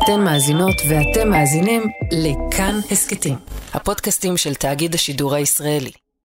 אתן מאזינות ואתם מאזינים לכאן הסקטים, הפודקאסטים של תאגיד השידור הישראלי.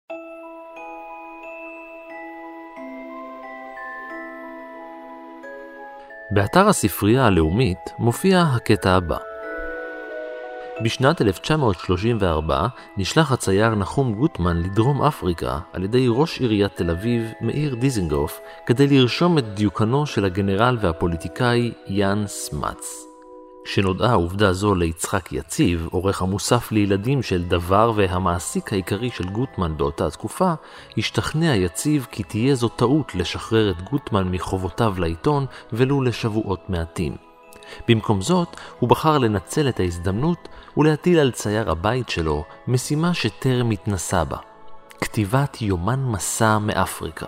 באתר הספרייה הלאומית מופיע הקטע הבא. בשנת 1934 נשלח הצייר נחום גוטמן לדרום אפריקה על ידי ראש עיריית תל אביב מאיר דיזנגוף כדי לרשום את דיוקנו של הגנרל והפוליטיקאי יאן סמאץ. כשנודעה עובדה זו ליצחק יציב, עורך המוסף לילדים של דבר והמעסיק העיקרי של גוטמן באותה תקופה, השתכנע יציב כי תהיה זו טעות לשחרר את גוטמן מחובותיו לעיתון ולו לשבועות מעטים. במקום זאת, הוא בחר לנצל את ההזדמנות ולהטיל על צייר הבית שלו משימה שטרם התנסה בה, כתיבת יומן מסע מאפריקה.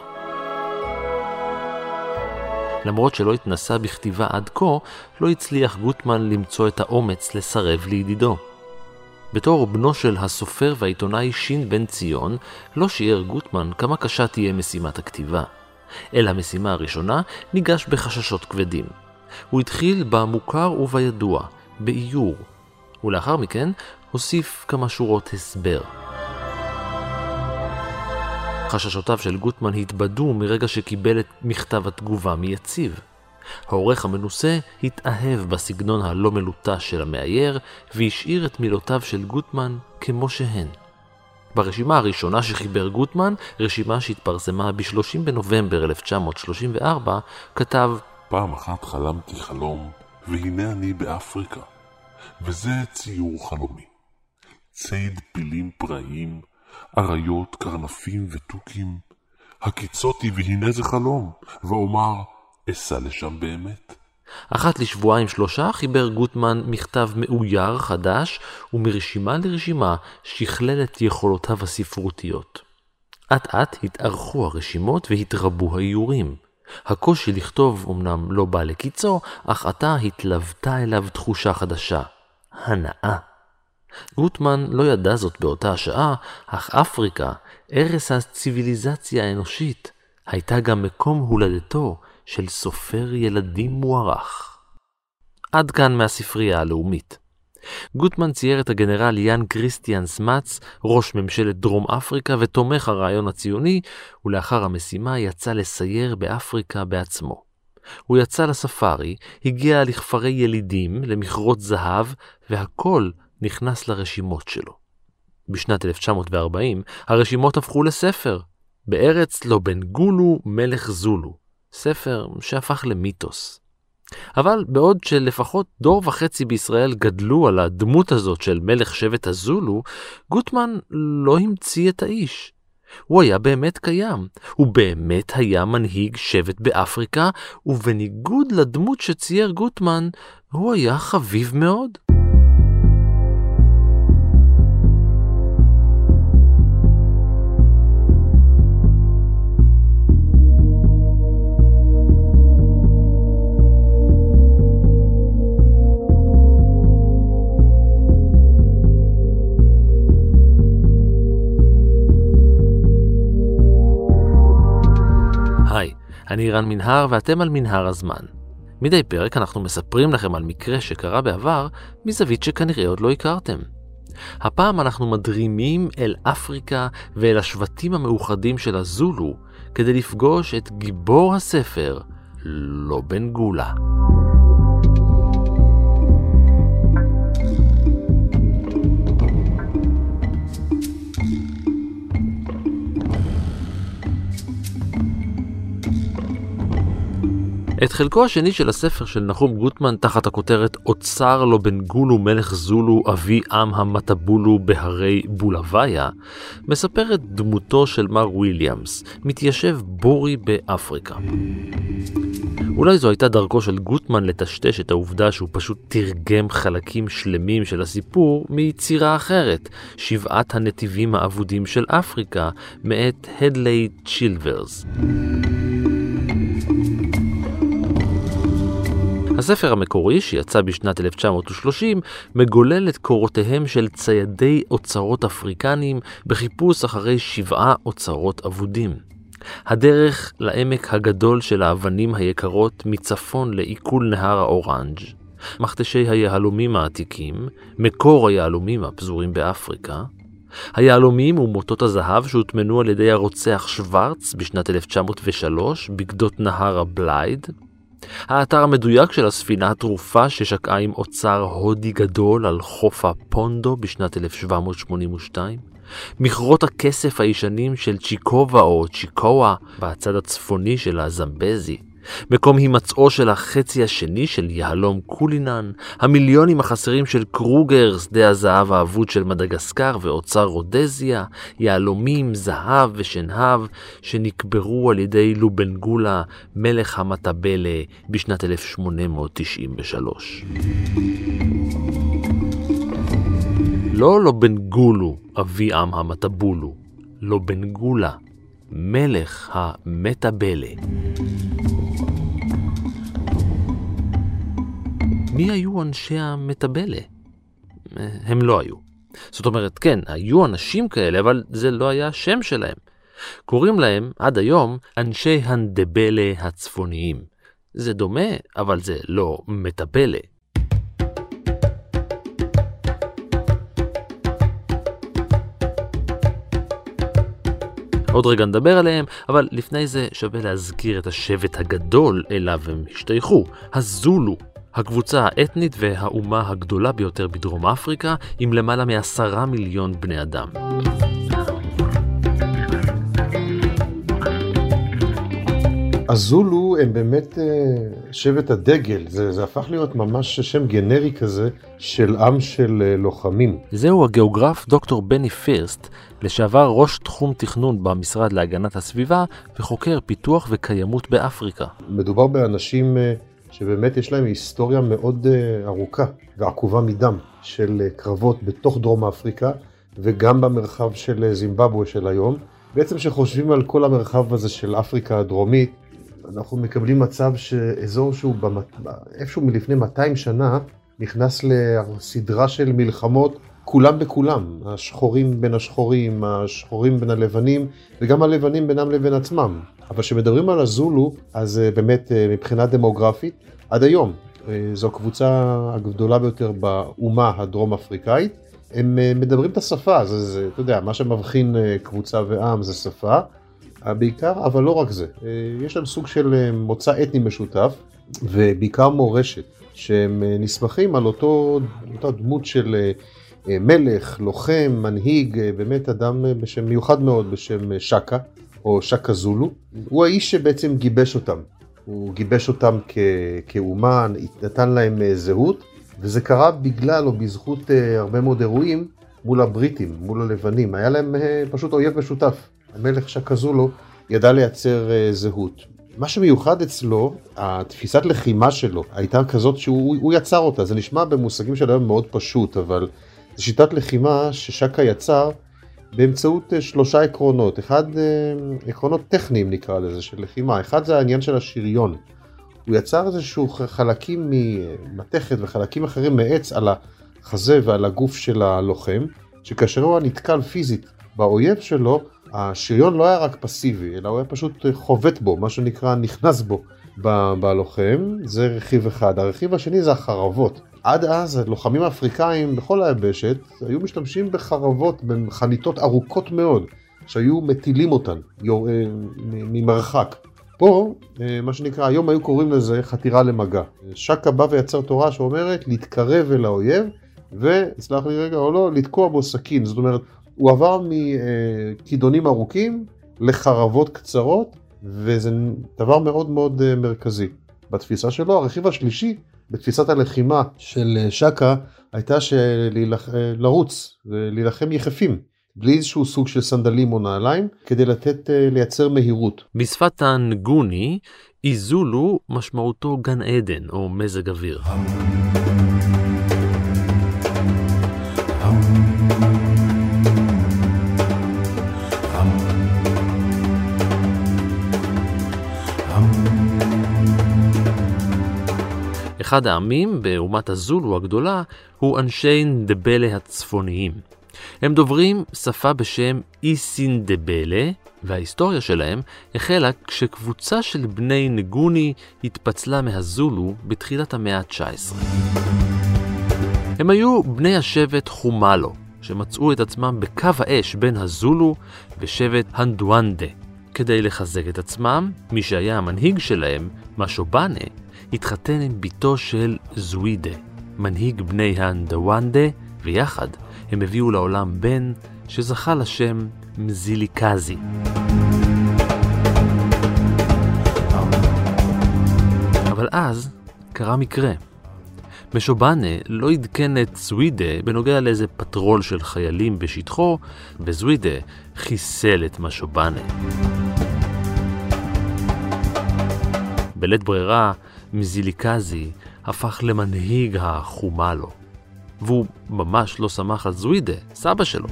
למרות שלא התנסה בכתיבה עד כה, לא הצליח גוטמן למצוא את האומץ לסרב לידידו. בתור בנו של הסופר והעיתונאי שין בן ציון, לא שיער גוטמן כמה קשה תהיה משימת הכתיבה. אל המשימה הראשונה ניגש בחששות כבדים. הוא התחיל במוכר ובידוע, באיור, ולאחר מכן הוסיף כמה שורות הסבר. חששותיו של גוטמן התבדו מרגע שקיבל את מכתב התגובה מיציב. העורך המנוסה התאהב בסגנון הלא מלוטש של המאייר והשאיר את מילותיו של גוטמן כמו שהן. ברשימה הראשונה שחיבר גוטמן, רשימה שהתפרסמה ב-30 בנובמבר 1934, כתב: פעם אחת חלמתי חלום, והנה אני באפריקה, וזה ציור חלומי. ציד פילים פראיים, אריות, קרנפים וטוקים. הקיצותי והנה זה חלום, ואומר, אסע לשם באמת. אחת לשבועיים שלושה חיבר גוטמן מכתב מאויר חדש, ומרשימה לרשימה שכלל את יכולותיו הספרותיות. עט עט התארכו הרשימות והתרבו האיורים. הקושי לכתוב אמנם לא בא לקיצו, אך עתה התלוותה אליו תחושה חדשה, הנאה. גוטמן לא ידע זאת באותה השעה, אך אפריקה, ערש הציביליזציה האנושית, הייתה גם מקום הולדתו של סופר ילדים מוערך. עד כאן מהספרייה הלאומית. גוטמן צייר את הגנרל יאן כריסטיאן סמאץ, ראש ממשלת דרום אפריקה ותומך הרעיון הציוני, ולאחר המשימה יצא לסייר באפריקה בעצמו. הוא יצא לספארי, הגיע לכפרי ילידים, למכרות זהב, והכל נכנס לרשימות שלו. בשנת 1940 הרשימות הפכו לספר, בארץ לא בן גולו מלך זולו, ספר שהפך למיתוס. אבל בעוד שלפחות דור וחצי בישראל גדלו על הדמות הזאת של מלך שבט הזולו, גוטמן לא המציא את האיש. הוא היה באמת קיים. הוא באמת היה מנהיג שבט באפריקה, ובניגוד לדמות שצייר גוטמן, הוא היה חביב מאוד. היי, אני רן מנהר ואתם על מנהר הזמן. מדי פרק אנחנו מספרים לכם על מקרה שקרה בעבר מזווית שכנראה עוד לא הכרתם. הפעם אנחנו מדרימים אל אפריקה ואל השבטים המאוחדים של הזולו כדי לפגוש את גיבור הספר, לא בן גולה. את חלקו השני של הספר של נחום גוטמן תחת הכותרת אוצר לו בן גולו מלך זולו אבי עם המטבולו בהרי בולוויה, מספרת דמותו של מר וויליאמס, מתיישב בורי באפריקה. אולי זו הייתה דרכו של גוטמן לטשטש את העובדה שהוא פשוט תרגם חלקים שלמים של הסיפור מיצירה אחרת, שבעת הנתיבים האבודים של אפריקה, מאת הדלי צ'ילברס. הספר המקורי, שיצא בשנת 1930, מגולל את קורותיהם של ציידי אוצרות אפריקנים בחיפוש אחרי 7 אוצרות אבודים. הדרך לעמק הגדול של האבנים היקרות מצפון לעיכול נהר האורנג', מכתשי היהלומים העתיקים, מקור היהלומים הפזורים באפריקה, היהלומים ומוטות הזהב שהוטמנו על ידי הרוצח שוורץ בשנת 1903 בגדות נהר הבלייד, האתר המדויק של הספינה התרופה ששקעה עם אוצר הודי גדול על חוף הפונדו בשנת 1782, מכרות הכסף הישנים של צ'יקובה או צ'יקואה בצד הצפוני של הזמבזי, מקום הימצאו של החצי השני של יהלום קולינן, המיליונים החסרים של קרוגר, שדה הזהב האבוד של מדגסקר ואוצר רודזיה, יהלומים, זהב ושנהב שנקברו על ידי לובנגולה, מלך המטבלה, בשנת 1893. לא לובנגולו, אבי עם המטבולו, לובנגולה, מלך המטבלה. מי היו אנשי המטבלה? הם לא היו. זאת אומרת, כן, היו אנשים כאלה, אבל זה לא היה השם שלהם. קוראים להם עד היום אנשי הנדבלה הצפוניים. זה דומה, אבל זה לא מטבלה. עוד רגע נדבר עליהם, אבל לפני זה שווה להזכיר את השבט הגדול אליו הם השתייכו, הזולו. הקבוצה האתנית והאומה הגדולה ביותר בדרום אפריקה, עם למעלה מ10 מיליון בני אדם. הזולו הם באמת שבט הדגל, זה הפך להיות ממש שם גנרי כזה של עם של לוחמים. זהו הגיאוגרף דוקטור בני פירסט, לשעבר ראש תחום תכנון במשרד להגנת הסביבה וחוקר פיתוח וקיימות באפריקה. מדובר באנשים שבאמת יש להם היסטוריה מאוד ארוכה ועקובה מדם של קרבות בתוך דרום אפריקה וגם במרחב של זימבבואה של היום. בעצם שחושבים על כל המרחב הזה של אפריקה הדרומית, אנחנו מקבלים מצב שאזור שהוא איפשהו מלפני 200 שנה נכנס לסדרה של מלחמות, כולם בכולם, השחורים בין השחורים, השחורים בין הלבנים וגם הלבנים בינם לבין עצמם. אבל כשמדברים על הזולו, אז באמת מבחינה דמוגרפית, עד היום, זו הקבוצה הגדולה ביותר באומה הדרום אפריקאית, הם מדברים את השפה, זה, אתה יודע, מה שמבחין קבוצה ועם זה שפה, בעיקר, אבל לא רק זה. יש להם סוג של מוצא אתני משותף, ובעיקר מורשת, שהם נסמכים על אותה דמות של מלך, לוחם, מנהיג, באמת אדם בשם מיוחד מאוד, בשם שקה, או שקה זולו. הוא האיש שבעצם גיבש אותם. הוא גיבש אותם כאומן, נתן להם זהות, וזה קרה בגלל או בזכות הרבה מאוד אירועים מול הבריטים, מול הלבנים. היה להם פשוט אויב משותף. המלך שקה זולו ידע לייצר זהות. מה שמיוחד אצלו, התפיסת לחימה שלו, הייתה כזאת שהוא יצר אותה. זה נשמע במושגים של היום מאוד פשוט, אבל זו שיטת לחימה ששקה יצר באמצעות 3 עקרונות. עקרונות טכניים נקרא לזה של לחימה. אחד זה העניין של השריון. הוא יצר איזשהו חלקים ממתכת וחלקים אחרים מעץ על החזה ועל הגוף של הלוחם, שכאשר הוא נתקל פיזית באויב שלו, השריון לא היה רק פסיבי, אלא הוא היה פשוט חובט בו, מה שנקרא נכנס בו בלוחם. זה רכיב אחד. הרכיב השני זה החרבות. עד אז הלוחמים האפריקאים בכל היבשת היו משתמשים בחרבות, בחניתות ארוכות מאוד, שהיו מטילים אותן ממרחק. פה, מה שנקרא, היום היו קוראים לזה חתירה למגע. שקה בא ויצר תורה שאומרת להתקרב אל האויב, וסלח לי רגע או לא, לתקוע בו סכין. זאת אומרת, הוא עבר מכידונים ארוכים לחרבות קצרות, וזה דבר מאוד מאוד מרכזי בתפיסה שלו. הרכיב השלישי בתפיסת הלחימה של שקה הייתה לרוץ ולהילחם יחפים, בלי איזשהו סוג של סנדלים או נעליים, כדי לייצר מהירות. בשפת הנגוני, איזולו משמעותו גן עדן או מזג אוויר. אחד העמים באומת הזולו הגדולה הוא אנשי נדבלה הצפוניים. הם דוברים שפה בשם איסינדבלה, וההיסטוריה שלהם החלה כשקבוצה של בני נגוני התפצלה מהזולו בתחילת המאה ה-19. הם היו בני השבט חומלו, שמצאו את עצמם בקו האש בין הזולו ושבט הנדואנדה. כדי לחזק את עצמם, מי שהיה המנהיג שלהם, משובאנה, התחתן עם ביתו של זווידה, מנהיג בני הנדואנדה, ויחד הם הביאו לעולם בן שזכה לשם מזיליקזי. אבל אז קרה מקרה. משובאנה לא עדכן את זווידה בנוגע לאיזה פטרול של חיילים בשטחו, וזווידה חיסל את משובאנה. בלית ברירה, מזיליקזי הפך למנהיג החומלו, והוא ממש לא שמח על זווידה, סבא שלו.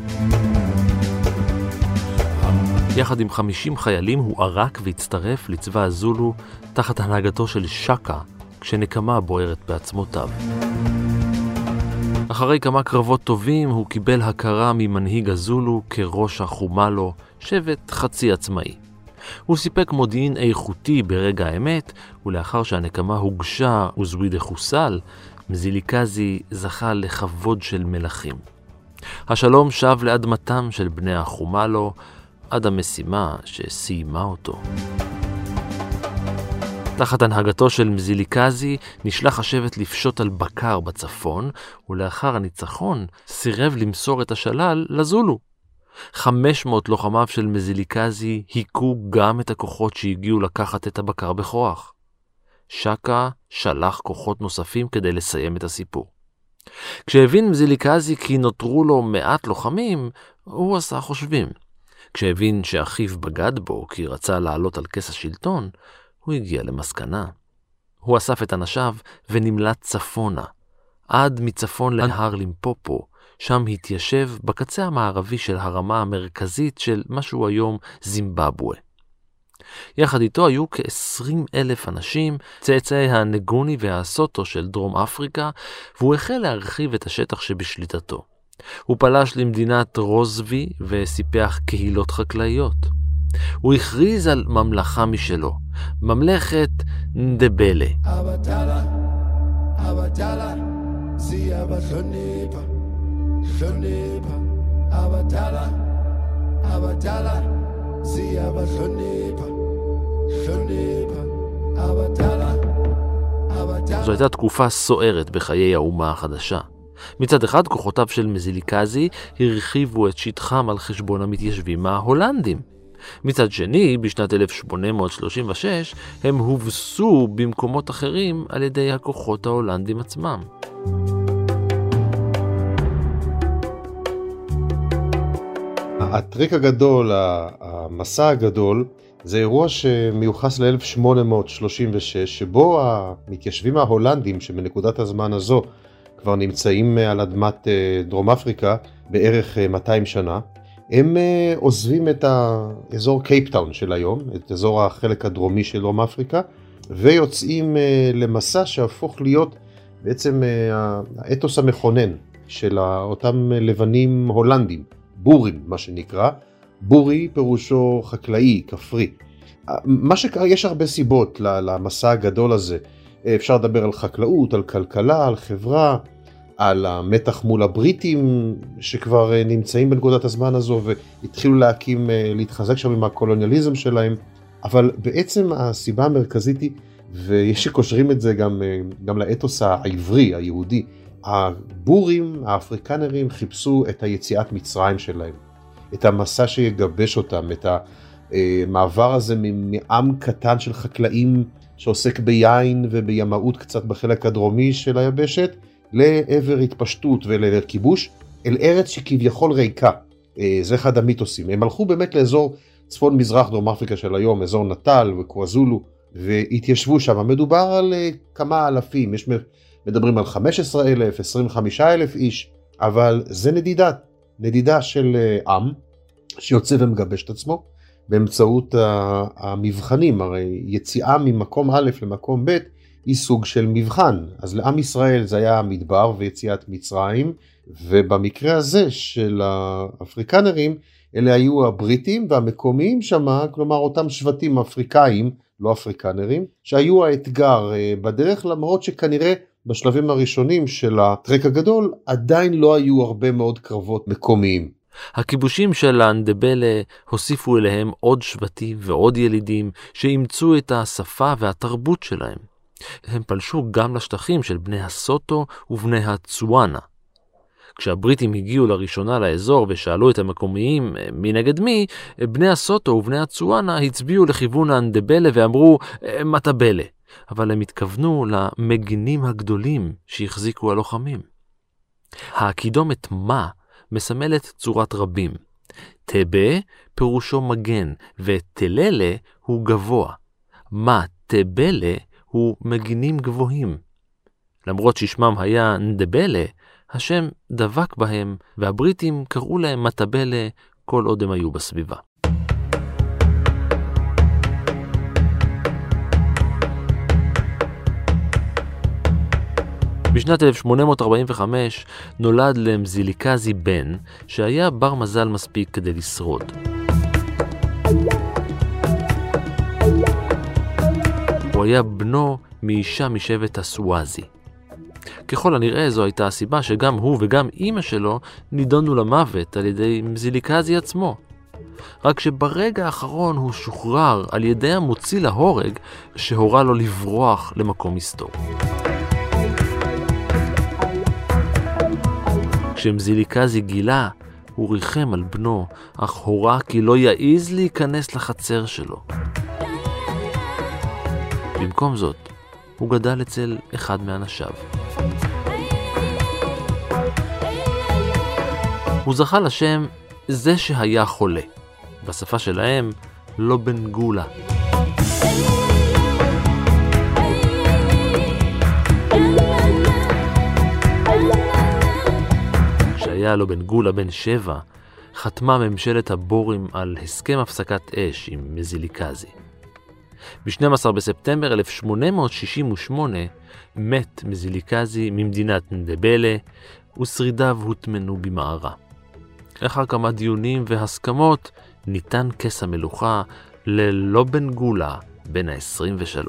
יחד עם 50 חיילים הוא ערק והצטרף לצבא הזולו תחת הנהגתו של שקה, כשנקמה בוערת בעצמותיו. אחרי כמה קרבות טובים הוא קיבל הכרה ממנהיג הזולו כראש החומלו, שבט חצי עצמאי. הוא סיפק מודיעין איכותי ברגע האמת, ולאחר שהנקמה הוגשה וזווידה חוסל, מזיליקזי זכה לכבוד של מלכים. השלום שב לאדמתם של בני החומלו, עד המשימה שסיימה אותו. תחת הנהגתו של מזיליקזי נשלח השבט לפשוט על בקר בצפון, ולאחר הניצחון סירב למסור את השלל לזולו. 500 לוחמיו של מזיליקזי היכו גם את הכוחות שהגיעו לקחת את הבקר בכוח. שקה שלח כוחות נוספים כדי לסיים את הסיפור. כשהבין מזיליקזי כי נותרו לו מעט לוחמים, הוא עשה חושבים. כשהבין שאחיו בגד בו כי רצה לעלות על כס השלטון, הוא הגיע למסקנה. הוא אסף את אנשיו ונמלט צפונה, עד מצפון להר לימפופו, שם התיישב בקצה המערבי של הרמה המרכזית של משהו היום זימבבואה. יחד איתו היו כ-20,000 אנשים, צאצאי הנגוני והסוטו של דרום אפריקה, והוא החל להרחיב את השטח שבשליטתו. הוא פלש למדינת רוזבי וסיפח קהילות חקלאיות. הוא הכריז על ממלכה משלו, ממלכת נדבלה. זו הייתה תקופה סוערת בחיי האומה החדשה. מצד אחד, כוחותיו של מזיליקזי הרחיבו את שטחם על חשבון המתיישבים ההולנדים. מצד שני, בשנת 1836, הם הובסו במקומות אחרים על ידי הכוחות ההולנדים עצמם. הטריק הגדול, המסע הגדול, זה אירוע שמיוחס ל-1836, שבו המתיישבים ההולנדים, שבנקודת הזמן הזו כבר נמצאים על אדמת דרום אפריקה בערך 200 שנה, הם עוזבים את האזור קייפטאון של היום, את אזור החלק הדרומי של דרום אפריקה, ויוצאים למסע שהפוך להיות בעצם האתוס המכונן של אותם לבנים הולנדים, בורים מה שנקרא. בורי פירושו חקלאי, כפרי. מה שקרה, יש הרבה סיבות למסע הגדול הזה. אפשר לדבר על חקלאות, על כלכלה, על חברה, על המתח מול הבריטים שכבר נמצאים בנקודת הזמן הזו והתחילו להתחזק שם עם הקולוניאליזם שלהם. אבל בעצם הסיבה המרכזית היא, ויש שקושרים את זה גם לאתוס העברי, היהודי, הבורים, האפריקנרים חיפשו את היציאת מצרים שלהם, את המסע שיגבש אותם, את המעבר הזה מעם קטן של חקלאים שעוסק ביין ובימאות קצת בחלק הדרומי של היבשת, לעבר התפשטות ולכיבוש, אל ארץ שכביכול ריקה. זה אחד המיתוסים. הם הלכו באמת לאזור צפון מזרח דרום אפריקה של היום, אזור נטל וקוואזולו, והתיישבו שם. מדובר על כמה אלפים, מדברים על 15,000, 25,000 איש, אבל זה נדידה של עם שיוצא ומגבש את עצמו באמצעות המבחנים. הרי יציאה ממקום א' למקום ב' היא סוג של מבחן. אז לעם ישראל זה היה המדבר ויציאת מצרים, ובמקרה הזה של האפריקנרים, אלה היו הבריטים והמקומיים שמה, כלומר אותם שבטים אפריקאים, לא אפריקנרים, שהיו האתגר בדרך, למרות שכנראה בשלבים הראשונים של הטרק הגדול, עדיין לא היו הרבה מאוד קרבות מקומיים. הכיבושים של האנדבלה הוסיפו אליהם עוד שבטים ועוד ילידים שאימצו את השפה והתרבות שלהם. הם פלשו גם לשטחים של בני הסוטו ובני הצואנה. כשהבריטים הגיעו לראשונה לאזור ושאלו את המקומיים מי נגד מי, בני הסוטו ובני הצואנה הצביעו לכיוון האנדבלה ואמרו מטבלה, אבל הם התכוונו למגינים הגדולים שהחזיקו הלוחמים. הקידומת מה מסמלת צורת רבים. טבה פירושו מגן, ותללה הוא גבוה. מה טבלה הוא מגינים גבוהים. למרות ששמם היה נדבלה, השם דבק בהם, והבריטים קראו להם מטבלה כל עוד הם היו בסביבה. בשנת 1845 נולד למזיליקזי בן, שהיה בר מזל מספיק כדי לשרוד. הוא היה בנו מאישה משבט הסוואזי. ככל הנראה זו הייתה הסיבה שגם הוא וגם אמא שלו נידונו למוות על ידי מזיליקזי עצמו. רק שברגע האחרון הוא שוחרר על ידי המוציא להורג שהורה לו לברוח למקום מסתור. כשמזיליקזי גילה, הוא ריחם על בנו, אך הורה כי לא יעז להיכנס לחצר שלו. במקום זאת, הוא גדל אצל אחד מאנשיו. הוא זכה לשם זה שהיה חולה. בשפה שלהם, לובן גולה. כשהיה לובן גולה בן 7, חתמה ממשלת הבורים על הסכם הפסקת אש עם מזיליקזי. ב-12 בספטמבר 1868 מת מזיליקזי ממדינת נדבלה, ושרידיו הוטמנו במערה. לאחר כמה דיונים והסכמות, ניתן כס המלוכה ללובן גולה בן ה-23.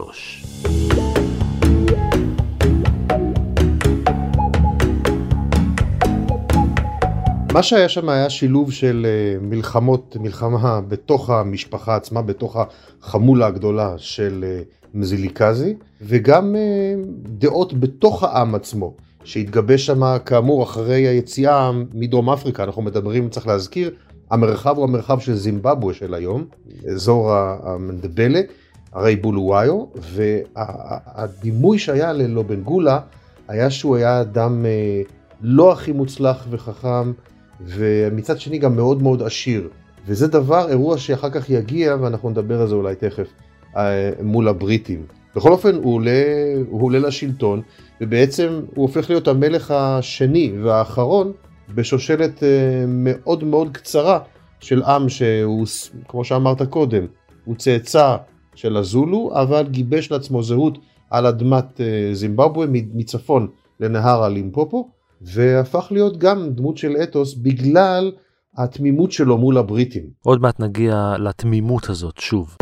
מה שהיה שם היה שילוב של מלחמה בתוך המשפחה עצמה, בתוך החמולה הגדולה של מזיליקזי, וגם דעות בתוך העם עצמו, שהתגבש שם כאמור אחרי היציאה מדרום אפריקה. אנחנו מדברים, צריך להזכיר, המרחב הוא המרחב של זימבבואה של היום, אזור המנדבלה, הרי בולואיו, והדימוי שהיה ללובן גולה היה שהוא היה אדם לא הכי מוצלח וחכם, ומצד שני גם מאוד מאוד עשיר. וזה אירוע שאחר כך יגיע, ואנחנו נדבר על זה אולי תכף, מול הבריטים. בכל אופן, הוא עולה לשלטון, ובעצם הוא הופך להיות המלך השני והאחרון, בשושלת מאוד מאוד קצרה, של עם שהוא, כמו שאמרת קודם, הוא צאצא של הזולו, אבל גיבש לעצמו זהות על אדמת זימבבואה, מצפון לנהר הלימפופו, והפך להיות גם דמות של אתוס בגלל התמימות שלו מול הבריטים. עוד מעט נגיע לתמימות הזאת שוב.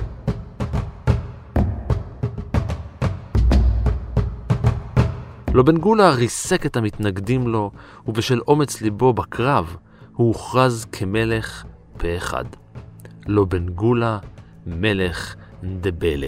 לובן גולה ריסק את המתנגדים לו, ובשל אומץ ליבו בקרב הוא הוכרז כמלך פה אחד. לובן גולה, מלך נדבלה.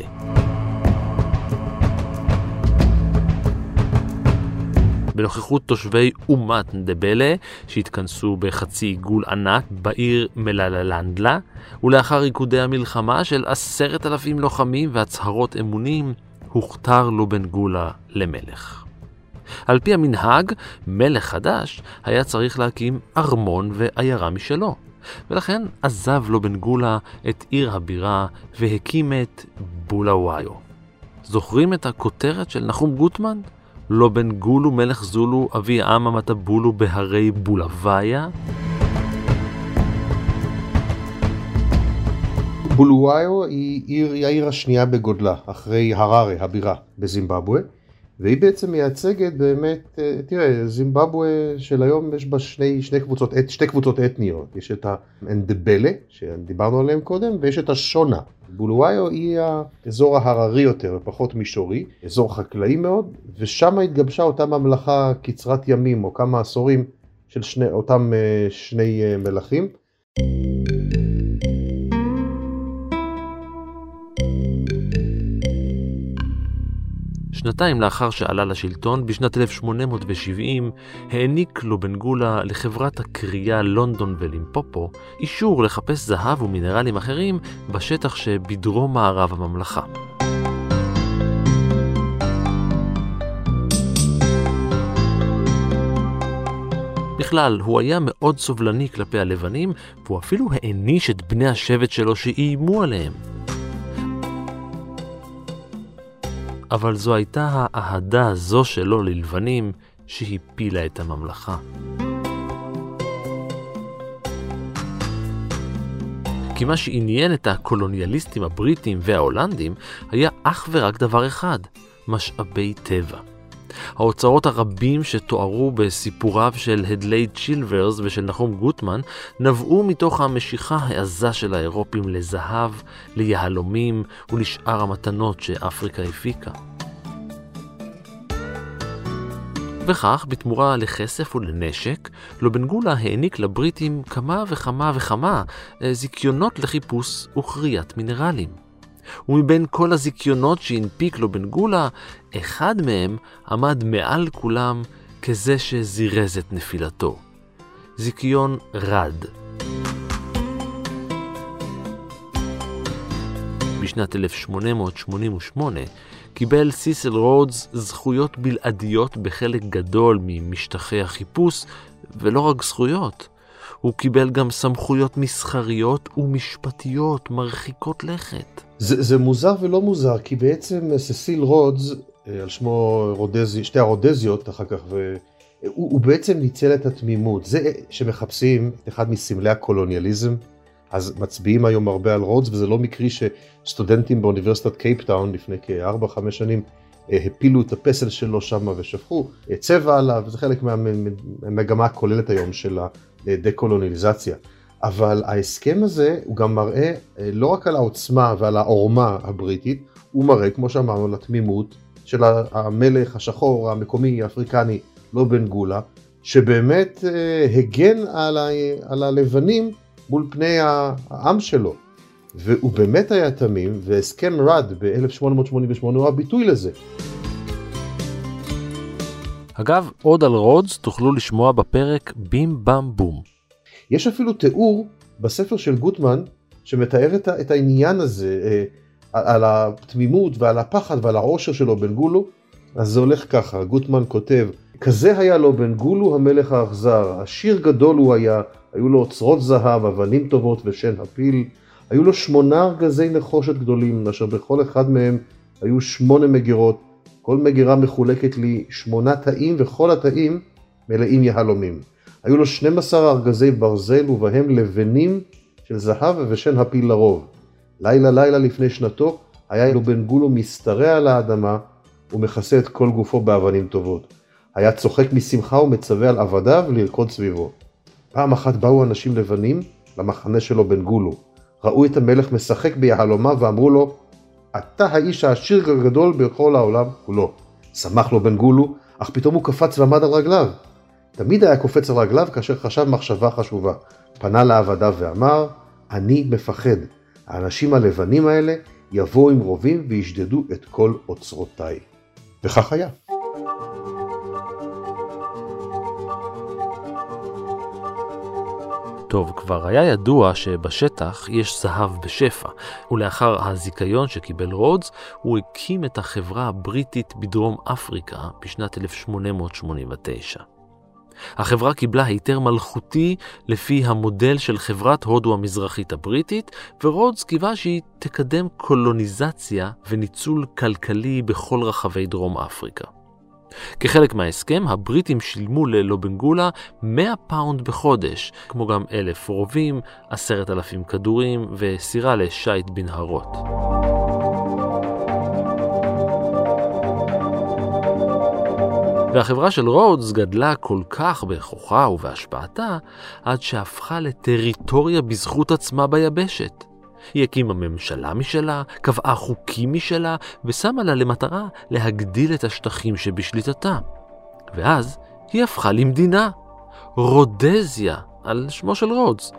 בנוכחות תושבי אומת נדבלה שהתכנסו בחצי עיגול ענק בעיר מללנדלה, ולאחר ריקודי המלחמה של 10,000 לוחמים והצהרות אמונים, הוכתר לובן גולה למלך. על פי המנהג, מלך חדש היה צריך להקים ארמון ועיירה משלו, ולכן עזב לובן גולה את עיר הבירה והקים את בולואיו. זוכרים את הכותרת של נחום גוטמן? לובן גולו מלך זולו אבי העם המטבולו בהרי בולוויה? בולואיו היא העיר השנייה בגודלה, אחרי הררה, הבירה בזימבבואה, והיא בעצם מייצגת באמת, תראה, זימבבואה של היום יש בה שתי קבוצות אתניות. יש את האנדבלה, שדיברנו עליהם קודם, ויש את השונה. בולואיו היא האזור ההררי יותר, פחות מישורי, אזור חקלאי מאוד, ושם התגבשה אותה ממלכה קצרת ימים, או כמה עשורים של אותם שני מלכים. שנתיים לאחר שעלה לשלטון, בשנת 1870, העניק לובנגולה לחברת הקריאה לונדון ולימפופו אישור לחפש זהב ומינרלים אחרים בשטח שבדרום מערב הממלכה. בכלל, הוא היה מאוד סובלני כלפי הלבנים, והוא אפילו העניש את בני השבט שלו שאיימו עליהם. אבל זו הייתה האהדה הזו שלו ללבנים שהפילה את הממלכה. כי מה שעניין את הקולוניאליסטים הבריטים וההולנדים היה אך ורק דבר אחד, משאבי טבע. האוצרות הרבים שתוארו בסיפוריו של הדלי צ'ילברס ושל נחום גוטמן נבעו מתוך המשיכה העזה של האירופים לזהב, ליהלומים ולשאר המתנות שאפריקה הפיקה. וכך, בתמורה לכסף ולנשק, לובנגולה העניק לבריטים כמה וכמה זיכיונות לחיפוש וכריית מינרלים. ומבין כל הזיכיונות שהנפיק לובנגולה, אחד מהם עמד מעל כולם כזה שזירז את נפילתו. זיכיון רד. בשנת 1888 קיבל סיסל רודס זכויות בלעדיות בחלק גדול ממשטחי החיפוש, ולא רק זכויות. הוא קיבל גם סמכויות מסחריות ומשפטיות מרחיקות לכת. זה מוזר ולא מוזר, כי בעצם ססיל רודס, על שמו שתי הרודזיות אחר כך, הוא בעצם ניצל את התמימות. זה שמחפשים את אחד מסמלי הקולוניאליזם, אז מצביעים היום הרבה על רודס, וזה לא מקרי שסטודנטים באוניברסיטת קייפטאון לפני כ4-5 שנים הפילו את הפסל שלו שם ושפכו צבע עליו, וזה חלק מהמגמה הכוללת היום של הדקולוניאליזציה. אבל ההסכם הזה הוא גם מראה לא רק על העוצמה ועל העורמה הבריטית, הוא מראה, כמו שאמרנו, על התמימות של המלך השחור המקומי האפריקני לובנגולה, שבאמת הגן על הלבנים מול פני העם שלו. והוא באמת היה תמים, והסכם רד ב-1888 הוא הביטוי לזה. אגב, עוד על רודס תוכלו לשמוע בפרק בים בם בום. יש אפילו תיאור בספר של גוטמן שמתאר את העניין הזה, על התמימות ועל הפחד ועל העושר של לובנגולו. אז זה הולך ככה, גוטמן כותב, כזה היה לובנגולו המלך האכזר, עשיר גדול הוא היה, היו לו אוצרות זהב, אבנים טובות ושן הפיל, היו לו 8 ארגזי נחושת גדולים, אשר בכל אחד מהם היו 8 מגירות, כל מגירה מחולקת ל8 תאים וכל התאים מלאים יהלומים. היו לו 12 ארגזי ברזל ובהם לבנים של זהב ושן הפיל לרוב. לילה לפני שנתו היה לובנגולו מסתרע על האדמה ומכסה את כל גופו באבנים טובות. היה צוחק משמחה ומצווה על עבדיו לרקוד סביבו. פעם אחת באו אנשים לבנים למחנה של לובנגולו. ראו את המלך משחק ביהלומה ואמרו לו, אתה האיש העשיר הגדול בכל העולם כולו. שמח לובנגולו, אך פתאום הוא קפץ ועמד על רגליו. תמיד היה קופץ על רגליו כאשר חשב מחשבה חשובה. פנה לעבדיו ואמר, אני מפחד. האנשים הלבנים האלה יבואו עם רובים וישדדו את כל אוצרותיי. וכך היה. טוב, כבר היה ידוע שבשטח יש זהב בשפע, ולאחר הזיכיון שקיבל רודס, הוא הקים את החברה הבריטית בדרום אפריקה בשנת 1889. החברה קיבלה היתר מלכותי לפי המודל של חברת הודו המזרחית הבריטית, ורודס קיווה שהיא תקדם קולוניזציה וניצול כלכלי בכל רחבי דרום אפריקה. כחלק מההסכם, הבריטים שילמו ללובנגולה 100 פאונד בחודש, כמו גם 1,000 רובים, 10,000 כדורים וסירה לשייט בנהרות. והחברה של רודס גדלה כל כך בכוחה ובהשפעתה, עד שהפכה לטריטוריה בזכות עצמה ביבשת. היא הקימה ממשלה משלה, קבעה חוקים משלה, ושמה לה למטרה להגדיל את השטחים שבשליטתה. ואז היא הפכה למדינה, רודזיה, על שמו של רודס.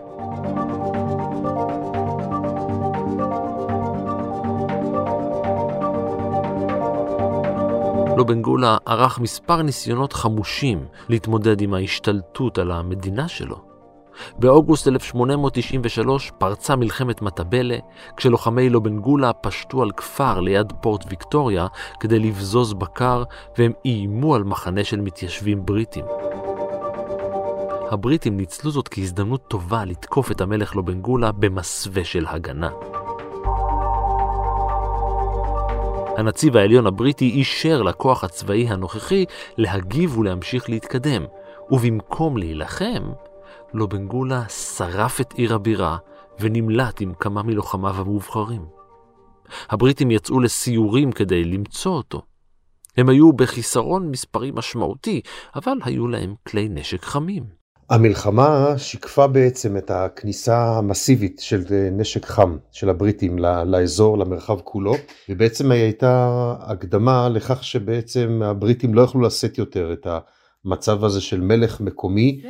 לובנגולה ערך מספר ניסיונות חמושים להתמודד עם ההשתלטות על המדינה שלו. באוגוסט 1893 פרצה מלחמת מטבלה, כשלוחמי לובנגולה פשטו על כפר ליד פורט ויקטוריה כדי לבזוז בקר, והם איימו על מחנה של מתיישבים בריטים. הבריטים ניצלו זאת כהזדמנות טובה לתקוף את המלך לובנגולה במסווה של הגנה. הנציב העליון הבריטי אישר לכוח הצבאי הנוכחי להגיב ולהמשיך להתקדם, ובמקום להילחם, לובנגולה שרף את עיר הבירה ונמלט עם כמה מלוחמיו המובחרים. הבריטים יצאו לסיורים כדי למצוא אותו. הם היו בחיסרון מספרי משמעותי, אבל היו להם כלי נשק חמים. המלחמה שיקפה בעצם את הכניסה המסיבית של נשק חם של הבריטים לאזור, למרחב כולו, ובעצם הייתה הקדמה לכך שבעצם הבריטים לא יכלו לשאת יותר את המצב הזה של מלך מקומי.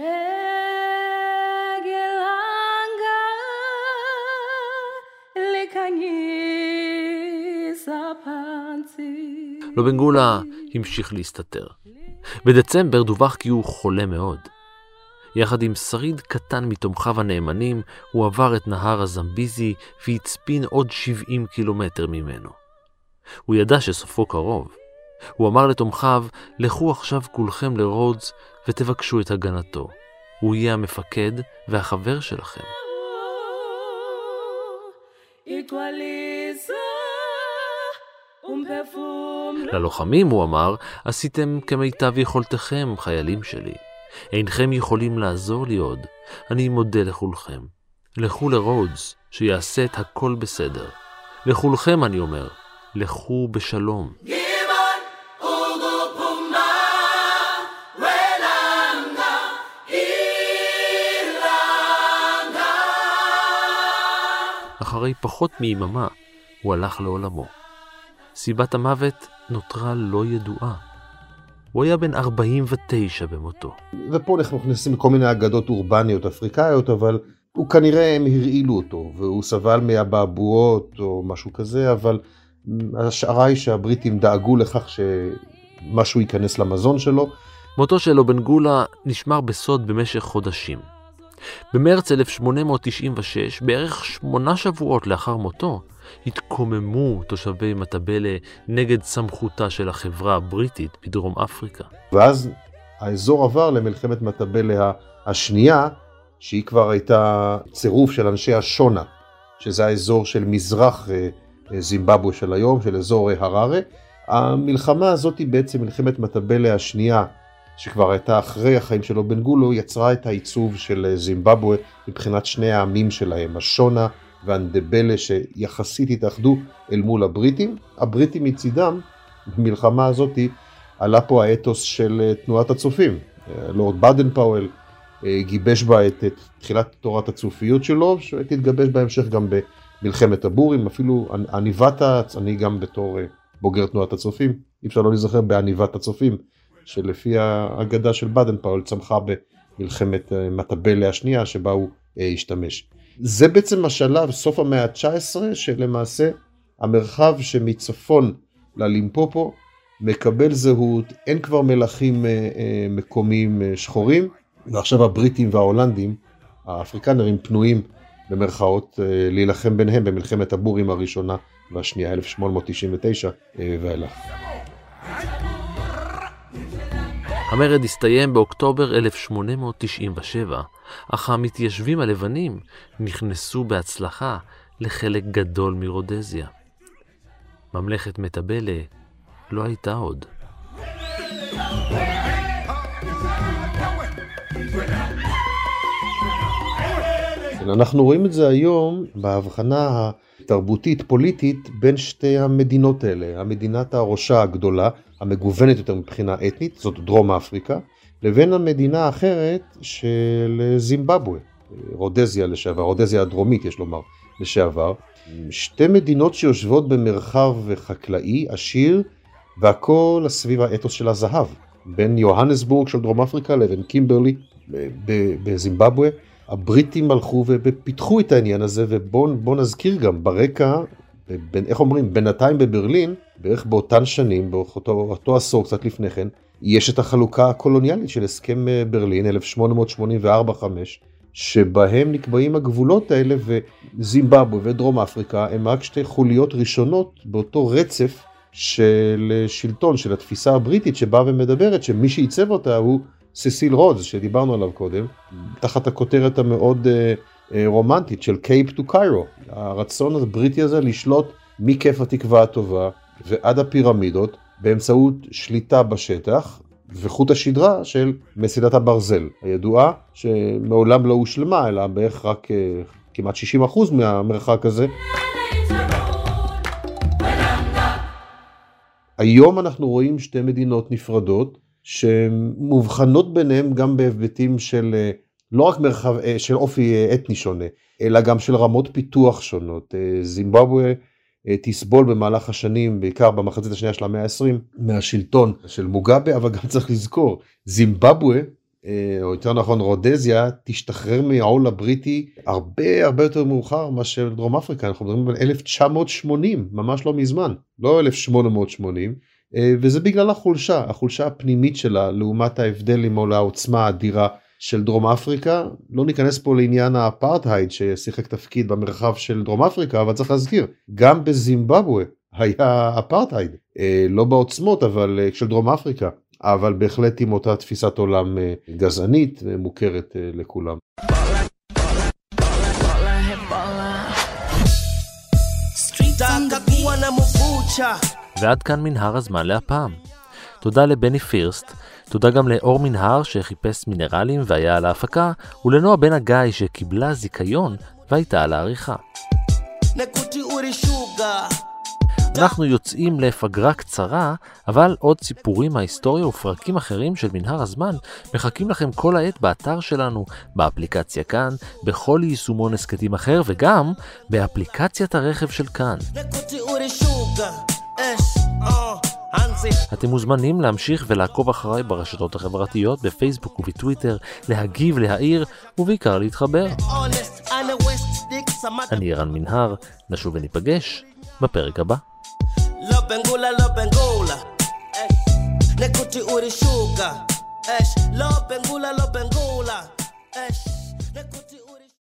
לובנגולה המשיך להסתתר. בדצמבר דווח כי הוא חולה מאוד. יחד עם שריד קטן מתומכיו הנאמנים, הוא עבר את נהר הזמביזי והצפין עוד 70 קילומטר ממנו. הוא ידע שסופו קרוב. הוא אמר לתומכיו, לכו עכשיו כולכם לרודס ותבקשו את הגנתו. הוא יהיה המפקד והחבר שלכם. ללוחמים הוא אמר, עשיתם כמיטב יכולתכם, חיילים שלי. אינכם יכולים לעזור לי עוד. אני מודה לכולכם. לכו לרודס, שיעשה את הכל בסדר. לכולכם אני אומר, לכו בשלום. אחרי פחות מיממה, הוא הלך לעולמו. סיבת המוות נותרה לא ידועה. הוא היה בן 49 במותו. ופה אנחנו נכנסים לכל מיני אגדות אורבניות אפריקאיות, אבל הוא כנראה הם הרעילו אותו, והוא סבל מהבעבועות או משהו כזה, אבל השערה היא שהבריטים דאגו לכך שמשהו ייכנס למזון שלו. מותו של לובנגולה נשמר בסוד במשך חודשים. במרץ 1896, בערך 8 שבועות לאחר מותו, התקוממו תושבי מטבלה נגד סמכותה של החברה הבריטית בדרום אפריקה. ואז האזור עבר למלחמת מטבלה השנייה, שהיא כבר הייתה צירוף של אנשי השונה, שזה האזור של מזרח זימבבואה של היום, של אזור הררה. המלחמה הזאת היא בעצם מלחמת מטבלה השנייה, שכבר הייתה אחרי החיים של לובנגולה, יצרה את העיצוב של זימבבואה מבחינת שני העמים שלהם, השונה והנדבלה, שיחסית התאחדו אל מול הבריטים. הבריטים מצידם, במלחמה הזאת עלה פה האתוס של תנועת הצופים. לורד באדן פאוול גיבש בה את תחילת תורת הצופיות שלו, שתתגבש בהמשך גם במלחמת הבורים, אפילו עניבת, אני גם בתור בוגר תנועת הצופים, אי אפשר לא להיזכר בעניבת הצופים, שלפי האגדה של באדן פאוול צמחה במלחמת מטבלה השנייה שבה הוא השתמש. זה בעצם השלב, סוף המאה ה-19, שלמעשה המרחב שמצפון ללימפופו מקבל זהות, אין כבר מלכים מקומיים שחורים, ועכשיו הבריטים וההולנדים, האפריקנרים פנויים במרכאות להילחם ביניהם במלחמת הבורים הראשונה והשנייה, 1899 ואילך. המרד הסתיים באוקטובר 1897, אך המתיישבים הלבנים נכנסו בהצלחה לחלק גדול מרודזיה. ממלכת מטבלה לא הייתה עוד. אנחנו רואים את זה היום בהבחנה התרבותית פוליטית בין שתי המדינות האלה, המדינת הראשה הגדולה המגוונת יותר מבחינה אתנית, זאת דרום אפריקה, לבין המדינה האחרת של זימבבואה, רודזיה לשעבר, רודזיה הדרומית יש לומר לשעבר. שתי מדינות שיושבות במרחב חקלאי עשיר, והכל סביב האתוס של הזהב, בין יוהנסבורג של דרום אפריקה לבין קימברלי בזימבבואה. הבריטים הלכו ופיתחו את העניין הזה, ובואו נזכיר גם ברקע, איך אומרים, בינתיים בברלין, בערך באותן שנים, באותו עשור קצת לפני כן, יש את החלוקה הקולוניאלית של הסכם ברלין 1884-5, שבהם נקבעים הגבולות האלה, וזימבבואה ודרום אפריקה הם רק שתי חוליות ראשונות באותו רצף של שלטון, של התפיסה הבריטית שבאה ומדברת שמי שעיצב אותה הוא ססיל רודס, שדיברנו עליו קודם, תחת הכותרת המאוד רומנטית של קייפ טו קיירו, הרצון הבריטי הזה לשלוט מכיף התקווה הטובה ועד הפירמידות, באמצעות שליטה בשטח וחוט השדרה של מסילת הברזל, הידועה שמעולם לא הושלמה, אלא בערך רק כמעט 60% מהמרחק הזה. היום אנחנו רואים שתי מדינות נפרדות, שמובחנות ביניהם גם בהיבטים של לא רק מרחב של אופי אתני שונה, אלא גם של רמות פיתוח שונות. זימבבואה תסבול במהלך השנים, בעיקר במחצית השנייה של המאה ה-20, מהשלטון של מוגאבה, אבל גם צריך לזכור, זימבבואה, או יותר נכון רודזיה, תשתחרר מהעול הבריטי הרבה יותר מאוחר מאשר דרום אפריקה. אנחנו מדברים על 1980, ממש לא מזמן, לא 1880, וזה בגלל החולשה הפנימית שלה, לעומת ההבדלים או לעוצמה האדירה של דרום אפריקה. לא ניכנס פה לעניין האפרטהייד ששיחק תפקיד במרחב של דרום אפריקה, אבל צריך להזכיר, גם בזימבבואה היה אפרטהייד, לא בעוצמות אבל של דרום אפריקה, אבל בהחלט עם אותה תפיסת עולם גזענית ומוכרת לכולם. ועד כאן מנהר הזמן להפעם. תודה לבני פירסט, תודה גם לאור מנהר שחיפש מינרלים והיה על ההפקה, ולנועה בן הגיא שקיבלה זיכיון והייתה על העריכה. אנחנו יוצאים לפגרה קצרה, אבל עוד סיפורים מההיסטוריה ופרקים אחרים של מנהר הזמן מחכים לכם כל העת באתר שלנו, באפליקציה כאן, בכל יישומון הסקטים אחר וגם באפליקציית הרכב של כאן. אתם מוזמנים להמשיך ולעקוב אחריי ברשתות החברתיות, בפייסבוק ובטוויטר, להגיב, להעיר ובעיקר להתחבר. אני ערן מנהר, נשוב וניפגש בפרק הבא. Love Bengola, nekuti uri sugar, love Bengola, nekuti